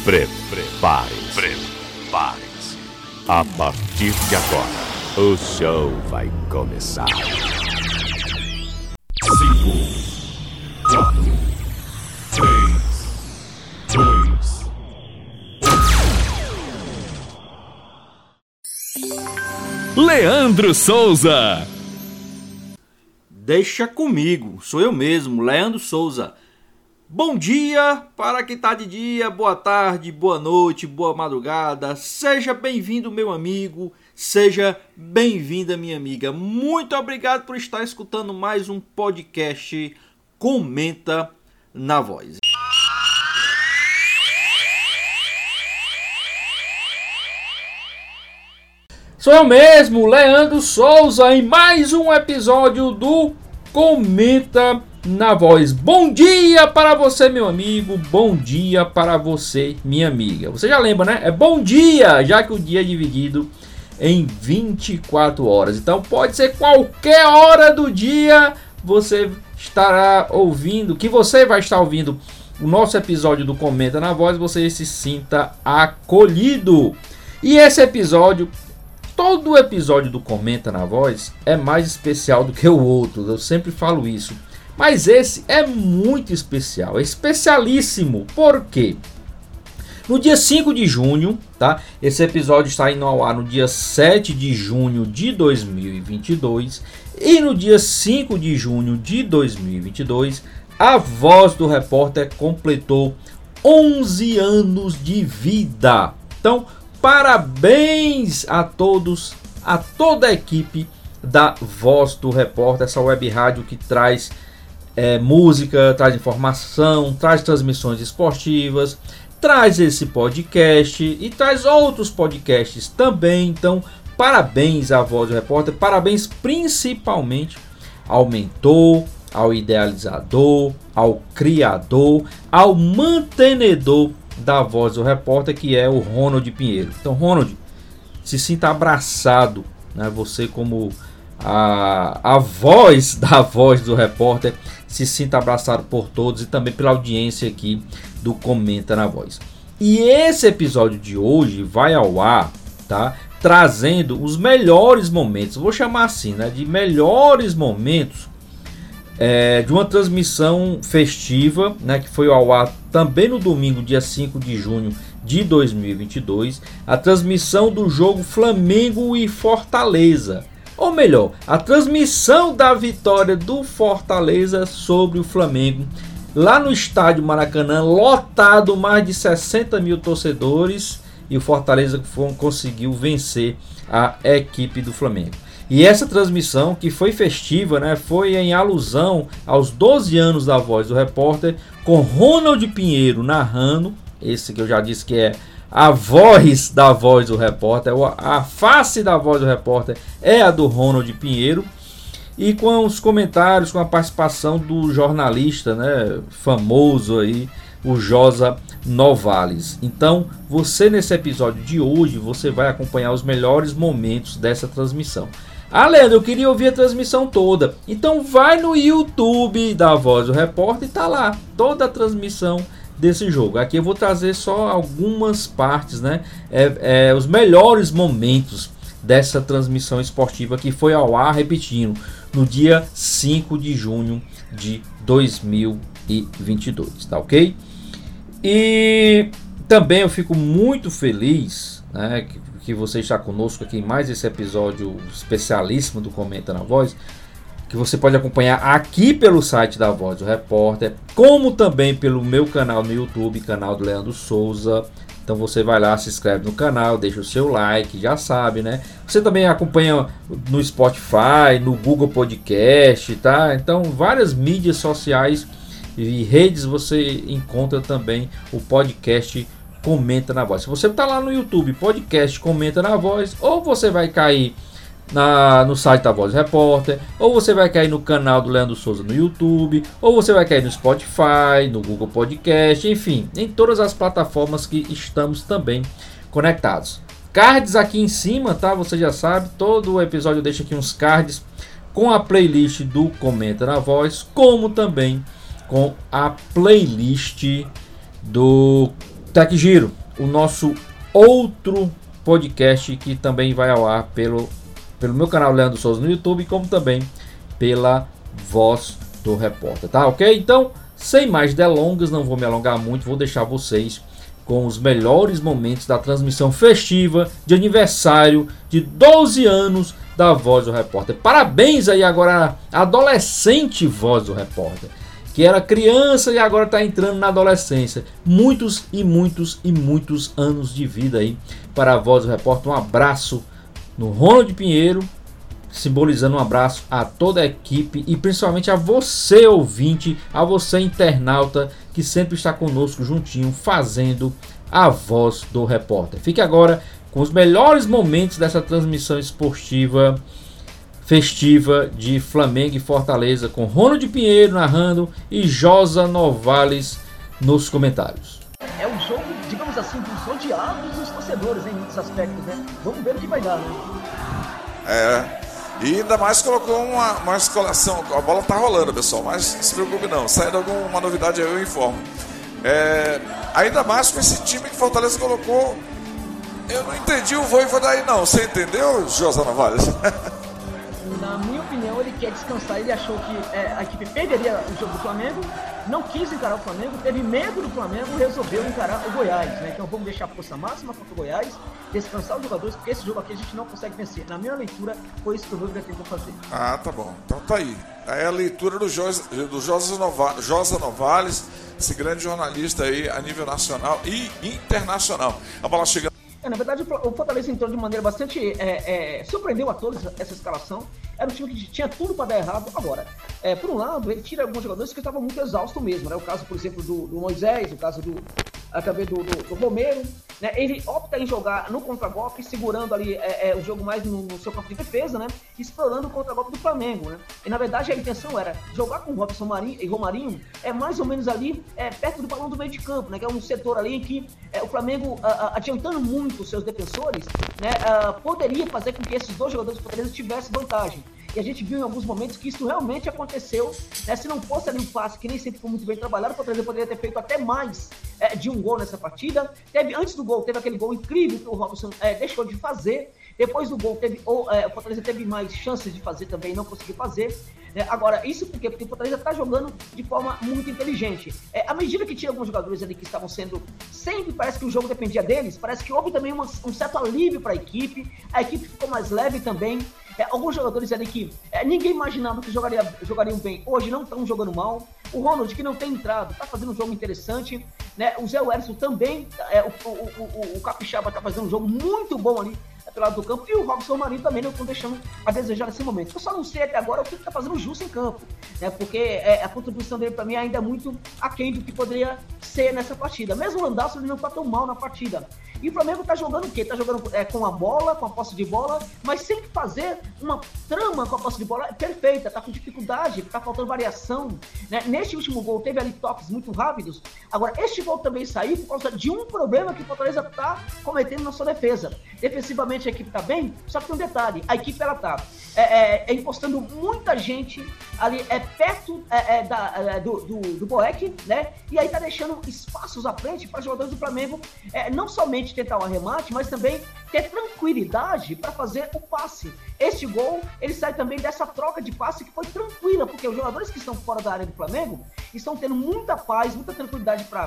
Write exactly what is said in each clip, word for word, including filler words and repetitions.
Prepare-se. Prepare-se. A partir de agora, o show vai começar. Cinco, quatro, três, dois, um. Leandro Souza. Deixa comigo, sou eu mesmo, Leandro Souza. Bom dia para quem está de dia, boa tarde, boa noite, boa madrugada. Seja bem-vindo, meu amigo, seja bem-vinda, minha amiga. Muito obrigado por estar escutando mais um podcast Comenta na Voz. Sou eu mesmo, Leandro Souza, em mais um episódio do Comenta na Voz. Bom dia para você, meu amigo, bom dia para você, minha amiga. Você já lembra, né? É bom dia, já que o dia é dividido em vinte e quatro horas. Então pode ser qualquer hora do dia você estará ouvindo, que você vai estar ouvindo o nosso episódio do Comenta na Voz, você se sinta acolhido. E esse episódio, todo episódio do Comenta na Voz é mais especial do que o outro, eu sempre falo isso. Mas esse é muito especial, é especialíssimo. Por quê? No dia cinco de junho, tá? Esse episódio está indo ao ar no dia sete de junho de dois mil e vinte e dois. E no dia cinco de junho de dois mil e vinte e dois, a Voz do Repórter completou onze anos de vida. Então, parabéns a todos, a toda a equipe da Voz do Repórter, essa web rádio que traz é, música, traz informação, traz transmissões esportivas, traz esse podcast e traz outros podcasts também. Então, parabéns à Voz do Repórter, parabéns principalmente ao mentor, ao idealizador, ao criador, ao mantenedor da Voz do Repórter, que é o Ronald Pinheiro. Então, Ronald, se sinta abraçado, né? Você como a, a voz da Voz do Repórter, se sinta abraçado por todos e também pela audiência aqui do Comenta na Voz. E esse episódio de hoje vai ao ar, tá? Trazendo os melhores momentos, vou chamar assim, né? De melhores momentos É, de uma transmissão festiva, né, que foi ao ar também no domingo, dia cinco de junho de dois mil e vinte e dois, a transmissão do jogo Flamengo e Fortaleza, ou melhor, a transmissão da vitória do Fortaleza sobre o Flamengo, lá no estádio Maracanã, lotado, mais de sessenta mil torcedores, e o Fortaleza conseguiu vencer a equipe do Flamengo. E essa transmissão, que foi festiva, né, foi em alusão aos doze anos da Voz do Repórter, com Ronald Pinheiro narrando, esse que eu já disse que é a voz da Voz do Repórter, a face da Voz do Repórter é a do Ronald Pinheiro, e com os comentários, com a participação do jornalista, né, famoso aí, o Josa Novales. Então, você nesse episódio de hoje, você vai acompanhar os melhores momentos dessa transmissão. Ah, Leandro, eu queria ouvir a transmissão toda. Então vai no YouTube da Voz do Repórter e tá lá toda a transmissão desse jogo. Aqui eu vou trazer só algumas partes, né? É, é, os melhores momentos dessa transmissão esportiva que foi ao ar, repetindo, no dia cinco de junho de dois mil e vinte e dois, tá ok? E também eu fico muito feliz, né, que, que você está conosco aqui em mais esse episódio especialíssimo do Comenta na Voz, que você pode acompanhar aqui pelo site da Voz do Repórter, como também pelo meu canal no YouTube, canal do Leandro Souza. Então você vai lá, se inscreve no canal, deixa o seu like, já sabe, né? Você também acompanha no Spotify, no Google Podcast, tá? Então várias mídias sociais e redes você encontra também o podcast Comenta na Voz. Se você está lá no YouTube, podcast Comenta na Voz, ou você vai cair na, no site da Voz Repórter, ou você vai cair no canal do Leandro Souza no YouTube, ou você vai cair no Spotify, no Google Podcast, enfim, em todas as plataformas que estamos também conectados. Cards aqui em cima, tá? Você já sabe, todo o episódio deixa aqui uns cards com a playlist do Comenta na Voz, como também com a playlist do Tec Giro, o nosso outro podcast que também vai ao ar pelo, pelo meu canal Leandro Souza no YouTube, como também pela Voz do Repórter, tá ok? Então, sem mais delongas, não vou me alongar muito, vou deixar vocês com os melhores momentos da transmissão festiva de aniversário de doze anos da Voz do Repórter. Parabéns aí agora a adolescente Voz do Repórter, que era criança e agora está entrando na adolescência. Muitos e muitos e muitos anos de vida aí para a Voz do Repórter. Um abraço no Ronald Pinheiro, simbolizando um abraço a toda a equipe e principalmente a você ouvinte, a você internauta que sempre está conosco juntinho fazendo a Voz do Repórter. Fique agora com os melhores momentos dessa transmissão esportiva festiva de Flamengo e Fortaleza, com Ronald Pinheiro narrando e Josa Novales nos comentários. É um jogo, digamos assim, dos odiados dos torcedores, em muitos aspectos, né? Vamos ver o que vai dar, né? É, e ainda mais colocou uma, uma escolação, a bola tá rolando, pessoal, mas não se preocupe não, saindo alguma novidade eu informo. É, ainda mais com esse time que Fortaleza colocou, eu não entendi o Voivoda daí não, você entendeu, Josa Novales? Na minha opinião, ele quer descansar. Ele achou que é, a equipe perderia o jogo do Flamengo, não quis encarar o Flamengo, teve medo do Flamengo e resolveu encarar o Goiás, né? Então vamos deixar a força máxima contra o Goiás, descansar os jogadores, porque esse jogo aqui a gente não consegue vencer. Na minha leitura, foi isso que o Rubio tentou fazer. Ah, tá bom. Então tá aí. Aí é a leitura do Josa, do Josa, Nova, Josa Novales, esse grande jornalista aí a nível nacional e internacional. A bola chegando. É, na verdade, o Fortaleza entrou de maneira bastante... É, é, surpreendeu a todos essa escalação. Era um time que tinha tudo para dar errado. Agora, é, por um lado, ele tira alguns jogadores que estavam muito exaustos mesmo, né? O caso, por exemplo, do, do Moisés, o caso do, também do, do, do Romero. Né? Ele opta em jogar no contragolpe, segurando ali é, é, o jogo mais no, no seu campo de defesa, né? Explorando o contragolpe do Flamengo, né? E, na verdade, a intenção era jogar com o Robson Marinho, e Romarinho é mais ou menos ali, é, perto do balão do meio de campo, né? Que é um setor ali em que é, o Flamengo, a, a, adiantando muito os seus defensores, né? A, poderia fazer com que esses dois jogadores do Fortaleza tivessem vantagem. E a gente viu em alguns momentos que isso realmente aconteceu, né? Se não fosse ali um passe que nem sempre foi muito bem trabalhado, o Fortaleza poderia ter feito até mais é, de um gol nessa partida. Teve, antes do gol, teve aquele gol incrível que o Robson é, deixou de fazer. Depois do gol, teve, ou, é, o Fortaleza teve mais chances de fazer também e não conseguiu fazer. É, agora, isso por quê? Porque o Fortaleza está jogando de forma muito inteligente. É, à medida que tinha alguns jogadores ali que estavam sendo... Sempre parece que o jogo dependia deles. Parece que houve também uma, um certo alívio para a equipe. A equipe ficou mais leve também. É, alguns jogadores ali que é, ninguém imaginava que jogaria, jogariam bem. Hoje não estão jogando mal. O Ronald, que não tem entrado, está fazendo um jogo interessante. Né? O Zé Wellison também. É, o, o, o, o Capixaba está fazendo um jogo muito bom ali pelo lado do campo, e o Robson Marinho também não estão deixando a desejar nesse momento. Eu só não sei até agora o que está fazendo o Justo em campo, né? Porque é, a contribuição dele para mim ainda é muito aquém do que poderia ser nessa partida. Mesmo o Landázuri ele não está tão mal na partida. E o Flamengo está jogando o quê? Está jogando é, com a bola, com a posse de bola, mas sem fazer uma trama com a posse de bola perfeita, está com dificuldade, está faltando variação. Né? Neste último gol teve ali toques muito rápidos. Agora, este gol também saiu por causa de um problema que o Fortaleza está cometendo na sua defesa. Defensivamente a equipe está bem, só que tem um detalhe, a equipe ela está é, é, é encostando muita gente ali é, perto é, é, da, é, do, do, do Boeck, né? E aí está deixando espaços à frente para jogadores do Flamengo é, não somente tentar o arremate, mas também ter tranquilidade para fazer o passe. Este gol, ele sai também dessa troca de passe que foi tranquila, porque os jogadores que estão fora da área do Flamengo estão tendo muita paz, muita tranquilidade para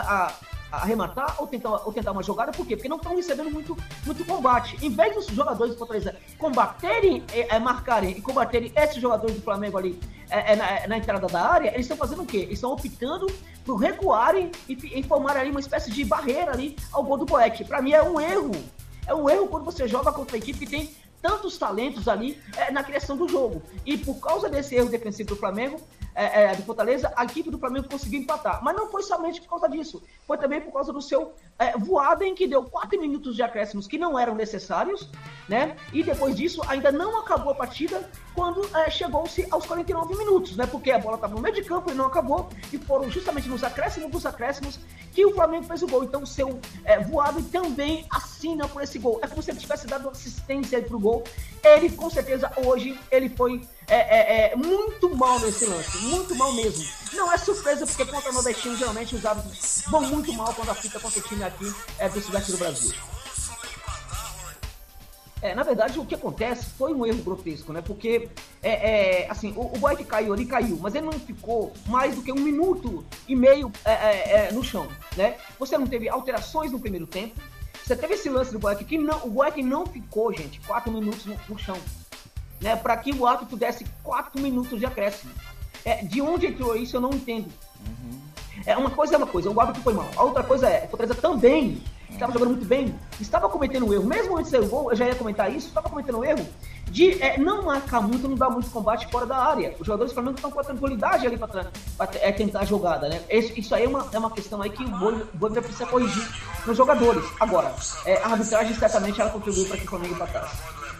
arrematar ou tentar, ou tentar uma jogada. Por quê? Porque não estão recebendo muito, muito combate. Em vez dos jogadores do Fortaleza combaterem, é, é, marcarem e combaterem esses jogadores do Flamengo ali é, é, na, na entrada da área, eles estão fazendo o quê? Eles estão optando por recuarem e, e formarem ali uma espécie de barreira ali ao gol do Boeck. Para mim é um erro. É um erro quando você joga contra a equipe que tem tantos talentos ali é, na criação do jogo. E por causa desse erro defensivo do Flamengo, é, é, do Fortaleza, a equipe do Flamengo conseguiu empatar. Mas não foi somente por causa disso. Foi também por causa do seu é, Voaden, que deu quatro minutos de acréscimos que não eram necessários, né? E depois disso, ainda não acabou a partida quando é, chegou-se aos quarenta e nove minutos, né? Porque a bola estava no meio de campo e não acabou. E foram justamente nos acréscimos dos acréscimos que o Flamengo fez o gol. Então o seu é, Voaden também assina por esse gol. É como se ele tivesse dado assistência para o gol. Ele, com certeza, hoje, ele foi é, é, é, muito mal nesse lance, muito mal mesmo. Não é surpresa, porque contra o nordestino, geralmente os árbitros vão muito mal quando apita contra o time aqui é, do sudeste do Brasil. É, na verdade, o que acontece foi um erro grotesco, né? Porque, é, é, assim, o, o Boeck caiu ali, caiu, mas ele não ficou mais do que um minuto e meio é, é, é, no chão, né? Você não teve alterações no primeiro tempo. Você teve esse lance do Boeck que não, o Boeck não ficou, gente, quatro minutos no, no chão, né? Para que o árbitro desse quatro minutos de acréscimo. É, de onde entrou isso, eu não entendo. Uhum. É, uma coisa é uma coisa, o árbitro foi mal. A outra coisa é, o Fortaleza também estava jogando muito bem, estava cometendo um erro, mesmo antes de sair o gol, eu já ia comentar isso, estava cometendo um erro de é, não marcar muito, não dar muito combate fora da área. Os jogadores do Flamengo estão com a tranquilidade ali para é, tentar a jogada, né? Isso, isso aí é uma, é uma questão aí que o Bolívar precisa corrigir nos jogadores. Agora, é, a arbitragem certamente ela contribuiu para que o Flamengo empatasse.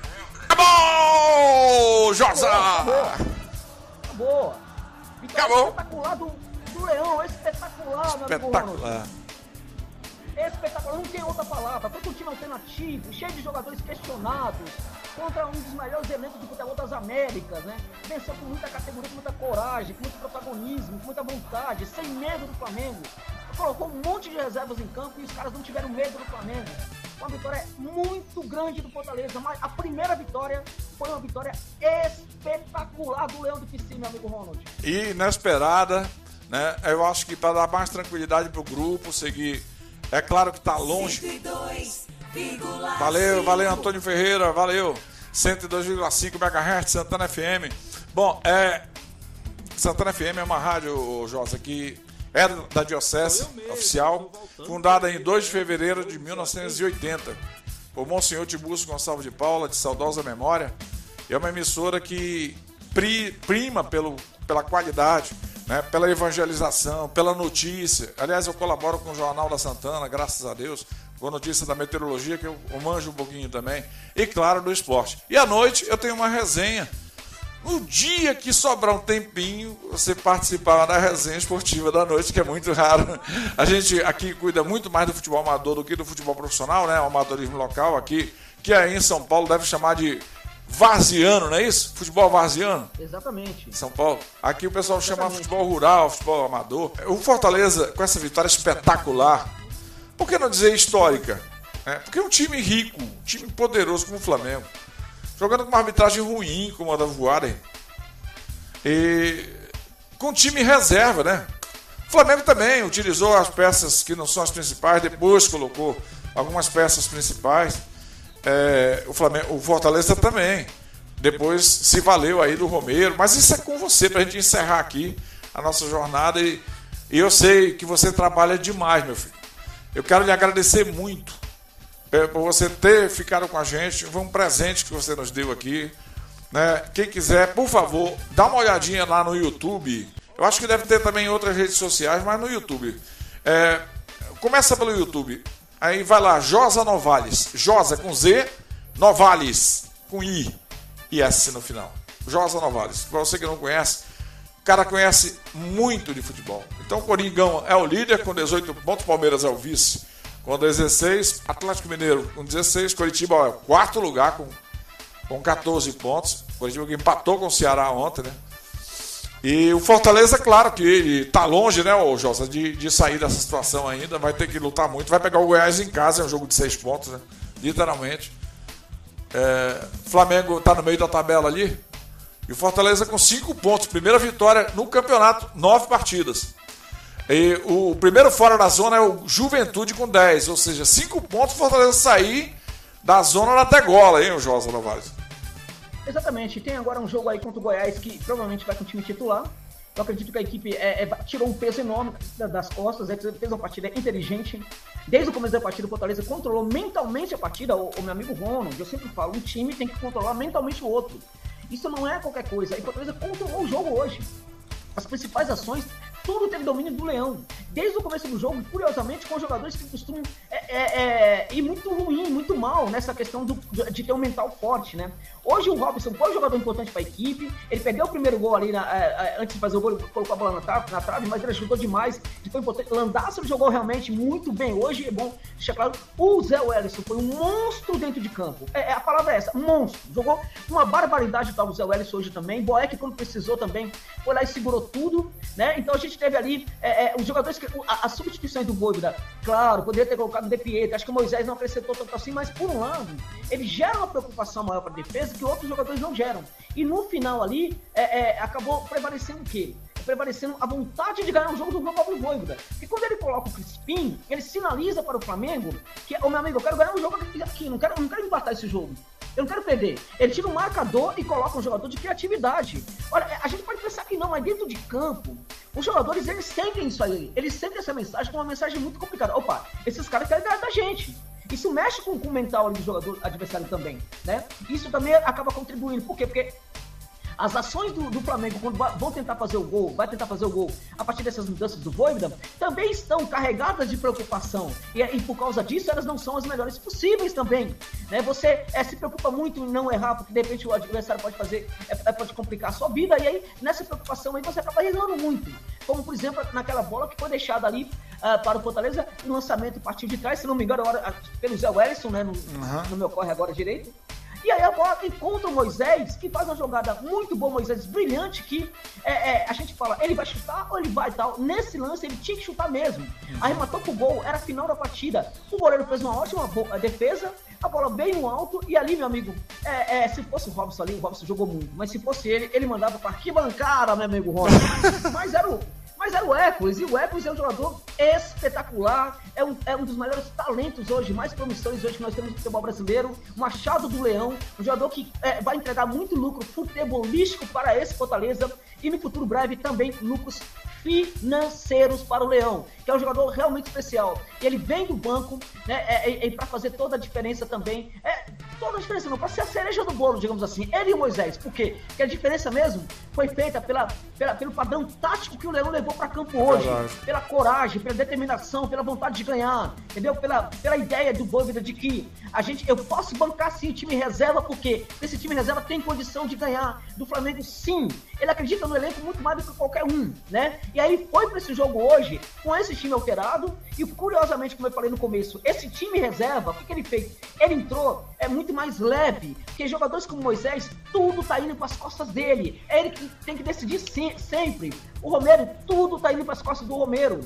Acabou, Josa! Acabou! Acabou! Acabou! Espetacular do, do Leão, espetacular, espetacular. Espetacular, não tem outra palavra. Contra um time alternativo, cheio de jogadores questionados, contra um dos melhores elencos do futebol das Américas, né? Venceu com muita categoria, com muita coragem, com muito protagonismo, com muita vontade, sem medo do Flamengo. Colocou um monte de reservas em campo e os caras não tiveram medo do Flamengo. Uma vitória muito grande do Fortaleza, mas a primeira vitória foi uma vitória espetacular do Leão do Pici, meu amigo Ronald. E inesperada, né? Eu acho que para dar mais tranquilidade pro grupo, seguir. É claro que tá longe. Valeu, valeu, Antônio Ferreira, valeu. cento e dois vírgula cinco megahertz, Santana F M. Bom, é. Santana F M é uma rádio, Josa, que é da Diocese Oficial, fundada em dois de fevereiro de mil novecentos e oitenta, por Monsenhor Tiburcio Gonçalves de Paula, de saudosa memória. É uma emissora que pri, prima pelo, pela qualidade, né, pela evangelização, pela notícia. Aliás, eu colaboro com o Jornal da Santana, graças a Deus, com a notícia da meteorologia, que eu, eu manjo um pouquinho também, e claro, do esporte. E à noite eu tenho uma resenha. No dia que sobrar um tempinho, você participar da resenha esportiva da noite, que é muito raro. A gente aqui cuida muito mais do futebol amador do que do futebol profissional, né? O amadorismo local aqui, que aí em São Paulo deve chamar de varziano, não é isso? Futebol varziano? Exatamente. São Paulo. Aqui o pessoal chama de futebol rural, futebol amador. O Fortaleza, com essa vitória espetacular, por que não dizer histórica? É, porque é um time rico, um time poderoso como o Flamengo, jogando com uma arbitragem ruim, como a da Voarem, e com time reserva, né? O Flamengo também utilizou as peças que não são as principais, depois colocou algumas peças principais. É, o, Flamengo, o Fortaleza também depois se valeu aí do Romero, mas isso é com você, pra gente encerrar aqui a nossa jornada, e, e eu sei que você trabalha demais, meu filho. Eu quero lhe agradecer muito por você ter ficado com a gente. Foi um presente que você nos deu aqui, né? Quem quiser, por favor, dá uma olhadinha lá no YouTube. Eu acho que deve ter também em outras redes sociais, mas no YouTube. É, começa pelo YouTube. Aí vai lá, Josa Novales. Josa com Z, Novales com I e S no final. Josa Novales. Para você que não conhece, o cara conhece muito de futebol. Então o Coringão é o líder com dezoito pontos, Palmeiras é o vice com dezesseis, Atlético Mineiro com dezesseis, Coritiba é o quarto lugar com, com catorze pontos. Coritiba que empatou com o Ceará ontem, né? E o Fortaleza, claro que ele tá longe, né, ô Josa, de, de sair dessa situação ainda, vai ter que lutar muito, vai pegar o Goiás em casa, é um jogo de seis pontos, né? Literalmente. É, Flamengo tá no meio da tabela ali, e o Fortaleza com cinco pontos, primeira vitória no campeonato, nove partidas. E o primeiro fora da zona é o Juventude com dez, ou seja, cinco pontos, o Fortaleza sair da zona da tegola, hein, o Josa Novales? Exatamente, tem agora um jogo aí contra o Goiás que provavelmente vai com o time titular. Eu acredito que a equipe é, é, tirou um peso enorme das costas, é, fez uma partida inteligente. Desde o começo da partida, o Fortaleza controlou mentalmente a partida. O, o meu amigo Ronald, eu sempre falo, um time tem que controlar mentalmente o outro. Isso não é qualquer coisa. E o Fortaleza controlou o jogo hoje. As principais ações, tudo teve domínio do Leão. desde o começo do jogo, curiosamente, com jogadores que costumam é, é, é, ir muito ruim, muito mal nessa questão do, de ter um mental forte, né? Hoje o Robson foi um jogador importante para a equipe, ele perdeu o primeiro gol ali, na, é, antes de fazer o gol, ele colocou a bola na trave, na trave, mas ele ajudou demais, ele foi importante. Landázuri jogou realmente muito bem hoje, é bom deixar claro, o Zé Wellison foi um monstro dentro de campo, é, a palavra é essa, monstro, jogou uma barbaridade para o Zé Wellison hoje também, Boeck quando precisou também, foi lá e segurou tudo, né? Então a gente teve ali é, é, os jogadores, que, a, as substituições do Voivoda, claro, poderia ter colocado o De Pietro, acho que o Moisés não acrescentou tanto assim, mas por um lado, ele gera uma preocupação maior para a defesa que outros jogadores não geram. E no final ali, é, é, acabou prevalecendo o quê? Prevalecendo a vontade de ganhar um jogo do Pablo Voivoda. E quando ele coloca o Crispim, ele sinaliza para o Flamengo que, ô meu amigo, eu quero ganhar um jogo aqui, não quero, não quero empatar esse jogo. Eu não quero perder. Ele tira um marcador e coloca um jogador de criatividade. Olha, a gente pode pensar que não, mas dentro de campo, os jogadores, eles sentem isso aí. Eles sentem essa mensagem como uma mensagem muito complicada. Opa, esses caras querem ganhar da gente. Isso mexe com, com o mental do jogador adversário também, né? Isso também acaba contribuindo. Por quê? Porque as ações do, do Flamengo, quando vão tentar fazer o gol, vai tentar fazer o gol a partir dessas mudanças do Voivoda, também estão carregadas de preocupação. E, e por causa disso, elas não são as melhores possíveis também. Né? Você é, se preocupa muito em não errar, porque de repente o adversário pode fazer, é, pode complicar a sua vida, e aí nessa preocupação aí você acaba errando muito. Como, por exemplo, naquela bola que foi deixada ali uh, para o Fortaleza, o lançamento partiu de trás, se não me engano, agora, pelo Zé Wellison, né? No, uhum. no meu corre agora direito. E aí a bola encontra o Moisés, que faz uma jogada muito boa, Moisés, brilhante, que é, é, a gente fala, ele vai chutar ou ele vai tal? Nesse lance ele tinha que chutar mesmo. Arrematou pro gol, era a final da partida. O goleiro fez uma ótima defesa, a bola veio no alto, e ali, meu amigo, é, é, se fosse o Robson ali, o Robson jogou muito, mas se fosse ele, ele mandava pra arquibancada, meu amigo Robson. Mas era o... Mas era o Hércules, e o Hércules é um jogador espetacular, é um, é um dos maiores talentos hoje, mais promissores hoje que nós temos no futebol brasileiro, Machado do Leão, um jogador que é, vai entregar muito lucro futebolístico para esse Fortaleza, e no futuro breve também lucros financeiros para o Leão, que é um jogador realmente especial. E ele vem do banco, né, é, é, é para fazer toda a diferença também, é, toda a diferença não, para ser a cereja do bolo, digamos assim, ele e o Moisés. Por quê? Porque a diferença mesmo foi feita pela, pela, pelo padrão tático que o Leão levou para campo hoje, é pela coragem, pela determinação, pela vontade de ganhar, entendeu? Pela, pela ideia do Voivoda de que a gente, eu posso bancar sim o time reserva, porque esse time reserva tem condição de ganhar do Flamengo, sim. Ele acredita no elenco muito mais do que qualquer um, né? E aí foi para esse jogo hoje com esse time alterado e, curiosamente, como eu falei no começo, esse time reserva, o que, que ele fez? Ele entrou é muito mais leve, porque jogadores como Moisés, tudo tá indo para as costas dele. É ele que tem que decidir sim, sempre. O Romero, tudo tá indo para as costas do Romero.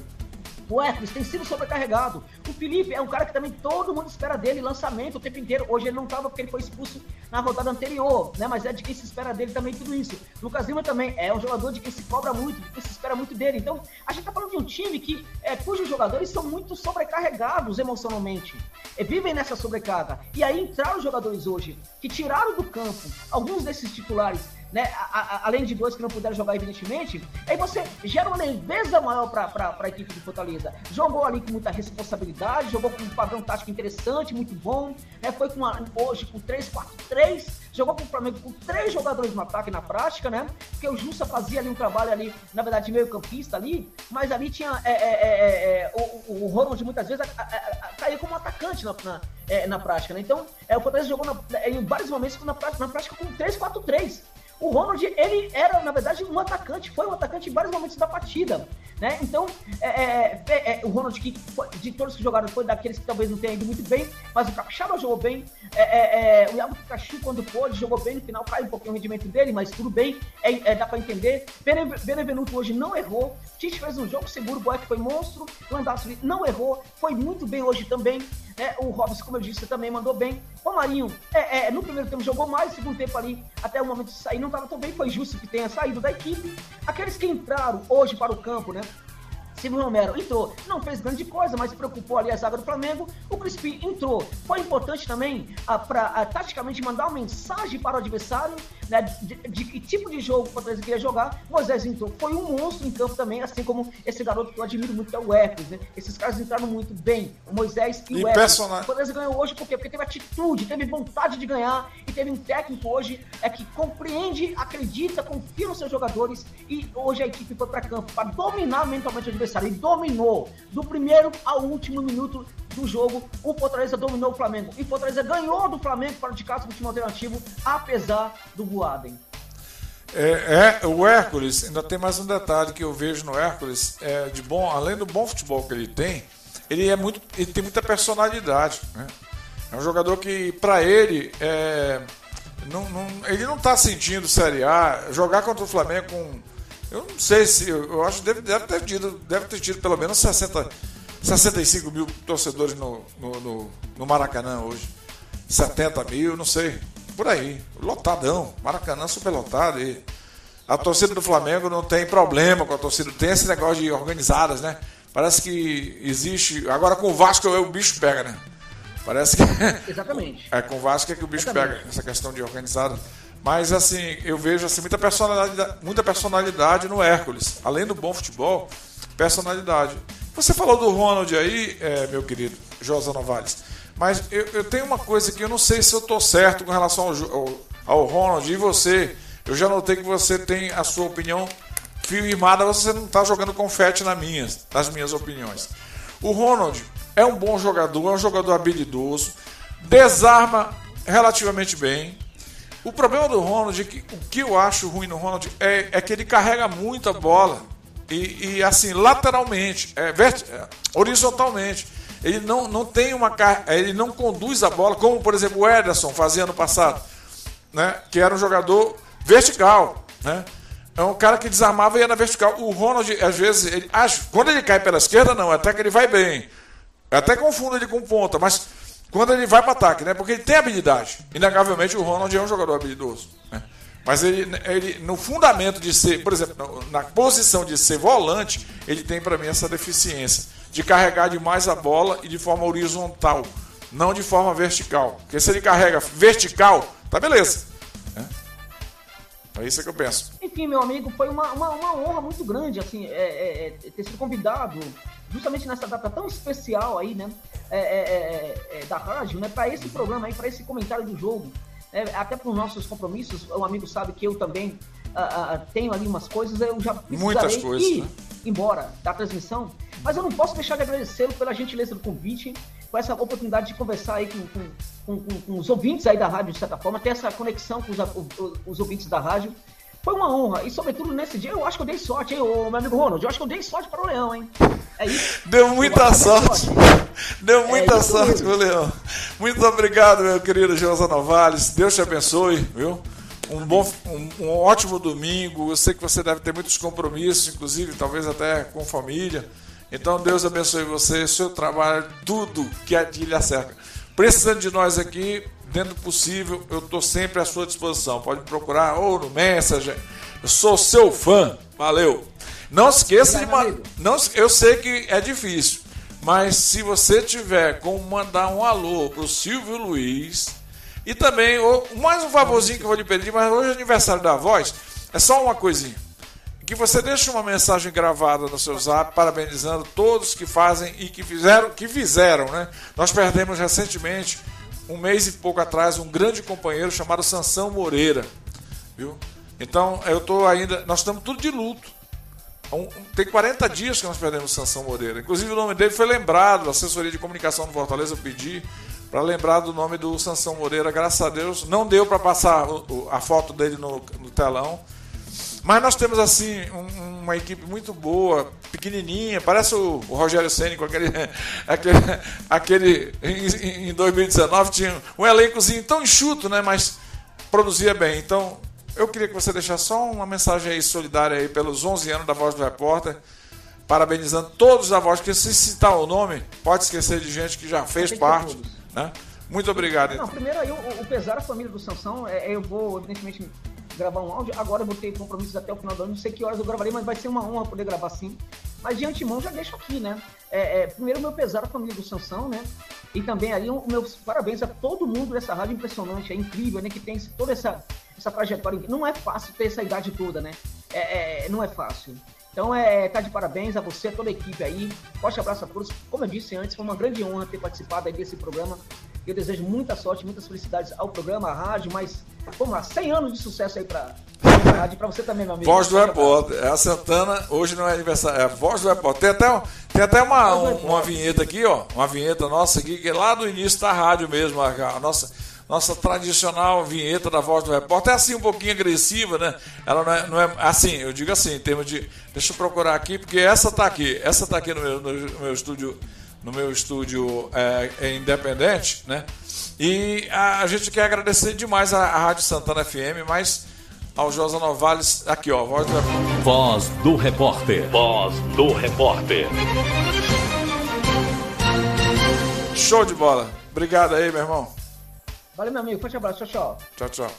O Hércules tem sido sobrecarregado. O Felipe é um cara que também todo mundo espera dele, lançamento o tempo inteiro. Hoje ele não estava porque ele foi expulso na rodada anterior, né? Mas é de quem se espera dele também tudo isso. Lucas Lima também é um jogador de quem se cobra muito, de quem se espera muito dele. Então, a gente tá falando de um time que, é, cujos jogadores são muito sobrecarregados emocionalmente. E vivem nessa sobrecarga. E aí entraram jogadores hoje que tiraram do campo alguns desses titulares, né, a, a, além de dois que não puderam jogar, evidentemente, aí você gera uma leveza maior para a equipe de Fortaleza. Jogou ali com muita responsabilidade, jogou com um padrão tático interessante, muito bom, né, foi com uma, hoje com três quatro três, jogou com o Flamengo com três jogadores no ataque na prática, né, porque o Jussa fazia ali um trabalho ali, na verdade, de meio campista ali, mas ali tinha é, é, é, é, o, o Ronald muitas vezes a, a, a, caía como atacante na, na, é, na prática, né, então é, o Fortaleza jogou na, em vários momentos na prática, na prática com três quatro três. O Ronald, ele era, na verdade, um atacante, foi um atacante em vários momentos da partida, né? Então, é, é, é, o Ronald, que foi, de todos que jogaram, foi daqueles que talvez não tenham ido muito bem, mas o Capixaba jogou bem, é, é, é, o Iago Pikachu, quando pôde, jogou bem, no final cai um pouquinho o rendimento dele, mas tudo bem, é, é, dá pra entender. Benevenuto hoje não errou, Tite fez um jogo seguro, o Boeck foi monstro, Landázuri não errou, foi muito bem hoje também, né? O Robson, como eu disse, também mandou bem. O Marinho, é, é, no primeiro tempo jogou mais, no segundo tempo ali, até o momento de sair, não estava tão bem, foi justo que tenha saído da equipe. Aqueles que entraram hoje para o campo, né? Silvio Romero entrou, não fez grande coisa, mas preocupou ali a zaga do Flamengo. O Crispim entrou, foi importante também para taticamente mandar uma mensagem para o adversário, né, de, de que tipo de jogo o Fortaleza queria jogar. Moisés entrou, foi um monstro em campo também, assim como esse garoto que eu admiro muito, que é o Hércules, né? Esses caras entraram muito bem, o Moisés e, e o Hércules. Personal... O Fortaleza ganhou hoje por quê? Porque teve atitude, teve vontade de ganhar e teve um técnico hoje é, que compreende, acredita, confia nos seus jogadores e hoje a equipe foi para campo para dominar mentalmente o adversário e dominou do primeiro ao último minuto do jogo. O Fortaleza dominou o Flamengo e o Fortaleza ganhou do Flamengo fora de casa com o time alternativo, apesar do Voaden. É, é, o Hércules, ainda tem mais um detalhe que eu vejo no Hércules, é, de bom, além do bom futebol que ele tem, ele, é muito, ele tem muita personalidade, né? É um jogador que, para ele, é, não, não, ele não está sentindo Série A, jogar contra o Flamengo com... Eu não sei se... Eu acho que deve, deve, ter, tido, deve ter tido pelo menos sessenta, sessenta e cinco mil torcedores no, no, no, no Maracanã hoje. setenta mil, não sei. Por aí. Lotadão. Maracanã super lotado. E a torcida do Flamengo não tem problema com a torcida. Tem esse negócio de organizadas, né? Parece que existe... Agora com o Vasco o bicho pega, né? Parece que... Exatamente. É com o Vasco é que o bicho Exatamente. pega essa questão de organizada. Mas, assim, eu vejo assim, muita, personalidade, muita personalidade no Hércules. Além do bom futebol, personalidade. Você falou do Ronald aí, é, meu querido José Novales. Mas eu, eu tenho uma coisa que eu não sei se eu estou certo com relação ao, ao, ao Ronald. E você, eu já notei que você tem a sua opinião firmada, você não está jogando confete nas minhas, nas minhas opiniões. O Ronald é um bom jogador, é um jogador habilidoso, desarma relativamente bem. O problema do Ronald, é que, o que eu acho ruim no Ronald é, é que ele carrega muito a bola e, e assim, lateralmente, é, vert, é, horizontalmente. Ele não, não tem uma ele não conduz a bola, como por exemplo o Ederson fazia no passado, né? Que era um jogador vertical, né? É um cara que desarmava e ia na vertical. O Ronald, às vezes, ele, quando ele cai pela esquerda, não, até que ele vai bem. Eu até confundo ele com ponta, mas quando ele vai para ataque, né? Porque ele tem habilidade. Inegavelmente o Ronald é um jogador habilidoso, né? Mas ele, ele, no fundamento de ser, por exemplo, na posição de ser volante, ele tem para mim essa deficiência de carregar demais a bola e de forma horizontal, não de forma vertical. Porque se ele carrega vertical, tá beleza, né? É isso que eu penso. Enfim, meu amigo, foi uma, uma, uma honra muito grande assim, é, é, ter sido convidado justamente nessa data tão especial aí, né, é, é, é, da rádio, né, para esse programa aí, para esse comentário do jogo. É, até para os nossos compromissos, o amigo sabe que eu também uh, uh, tenho ali umas coisas, eu já Muitas coisas, ir né? embora da transmissão, mas eu não posso deixar de agradecê-lo pela gentileza do convite, com essa oportunidade de conversar aí com, com, com, com, com os ouvintes aí da rádio, de certa forma, ter essa conexão com os, os, os ouvintes da rádio. Foi uma honra, e sobretudo nesse dia, eu acho que eu dei sorte, hein, ô, meu amigo Ronald, eu acho que eu dei sorte para o Leão, hein? É isso. Deu muita sorte. sorte. Deu muita é sorte, meu Leão. Muito obrigado, meu querido José Novales. Deus te abençoe, viu? Um, bom, um, um ótimo domingo. Eu sei que você deve ter muitos compromissos, inclusive, talvez até com família. Então, Deus abençoe você, seu trabalho, tudo que lhe acerca. Precisando de nós aqui, dentro do possível, eu estou sempre à sua disposição. Pode me procurar ou no Messenger. Eu sou seu fã. Valeu. Não esqueça de mandar. Não, eu sei que é difícil, mas se você tiver como mandar um alô pro Silvio Luiz e também, mais um favorzinho que eu vou lhe pedir, mas hoje é aniversário da Voz, é só uma coisinha. Que você deixe uma mensagem gravada no seu zap, parabenizando todos que fazem e que fizeram, que fizeram, né? Nós perdemos recentemente, um mês e pouco atrás, um grande companheiro chamado Sansão Moreira, viu? Então, eu tô ainda, nós estamos tudo de luto. Um, tem quarenta dias que nós perdemos o Sansão Moreira. Inclusive o nome dele foi lembrado, a assessoria de comunicação do Fortaleza pedi para lembrar do nome do Sansão Moreira. Graças a Deus não deu para passar o, o, a foto dele no, no telão. Mas nós temos assim um, uma equipe muito boa, pequenininha, parece o, o Rogério Ceni com aquele, aquele, aquele em, em dois mil e dezenove tinha um elencozinho tão enxuto, né, mas produzia bem. Então eu queria que você deixasse só uma mensagem aí solidária aí pelos onze anos da Voz do Repórter, parabenizando todos da Voz, porque se citar o nome, pode esquecer de gente que já fez parte, né? Muito obrigado. Não, primeiro aí, o, o pesar da família do Sansão, é, eu vou, evidentemente, gravar um áudio, agora eu vou ter compromissos até o final do ano, não sei que horas eu gravarei, mas vai ser uma honra poder gravar sim. Mas de antemão já deixo aqui, né? É, é, primeiro, o meu pesar da família do Sansão, né? E também aí, o meu parabéns a todo mundo dessa rádio impressionante, é incrível, né? Que tem toda essa... essa trajetória. Não é fácil ter essa idade toda, né? É, é, não é fácil. Então, é, tá de parabéns a você, a toda a equipe aí. Forte abraço a todos. Como eu disse antes, foi uma grande honra ter participado aí desse programa. Eu desejo muita sorte, muitas felicidades ao programa, à rádio, mas vamos lá, cem anos de sucesso aí pra, pra rádio, pra você também, meu amigo. Voz do Repórter. É a Santana, hoje não é aniversário, é a Voz do Repórter. Tem até, tem até uma, um, uma vinheta aqui, ó, uma vinheta nossa aqui, que é lá do início da rádio mesmo, a, a nossa, nossa tradicional vinheta da Voz do Repórter. É assim um pouquinho agressiva, né? Ela não é, não é assim, eu digo assim, em termos de... Deixa eu procurar aqui, porque essa tá aqui, essa tá aqui no meu, no meu estúdio... no meu estúdio é, é independente, né? E a, a gente quer agradecer demais a, a Rádio Santana F M, mas ao Josa Novales, aqui ó, Voz do Repórter. Voz do Repórter. Voz do Repórter. Show de bola. Obrigado aí, meu irmão. Valeu, meu amigo. Forte abraço. Tchau, tchau. Tchau, tchau.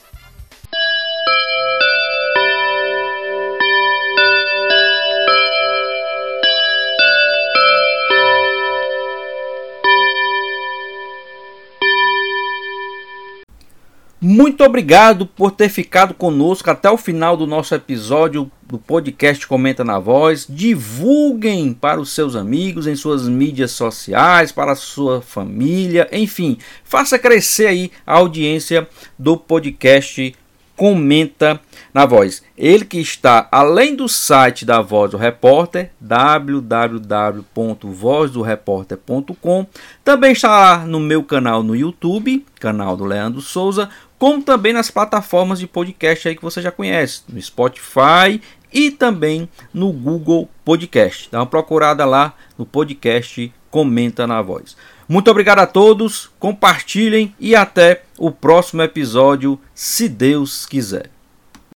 Muito obrigado por ter ficado conosco até o final do nosso episódio do podcast Comenta na Voz. Divulguem para os seus amigos em suas mídias sociais, para a sua família, enfim, faça crescer aí a audiência do podcast Comenta na Voz. Ele que está além do site da Voz do Repórter, w w w ponto voz do repórter ponto com, também está lá no meu canal no YouTube, canal do Leandro Souza, como também nas plataformas de podcast aí que você já conhece, no Spotify e também no Google Podcast. Dá uma procurada lá no podcast Comenta na Voz. Muito obrigado a todos, compartilhem e até o próximo episódio, se Deus quiser.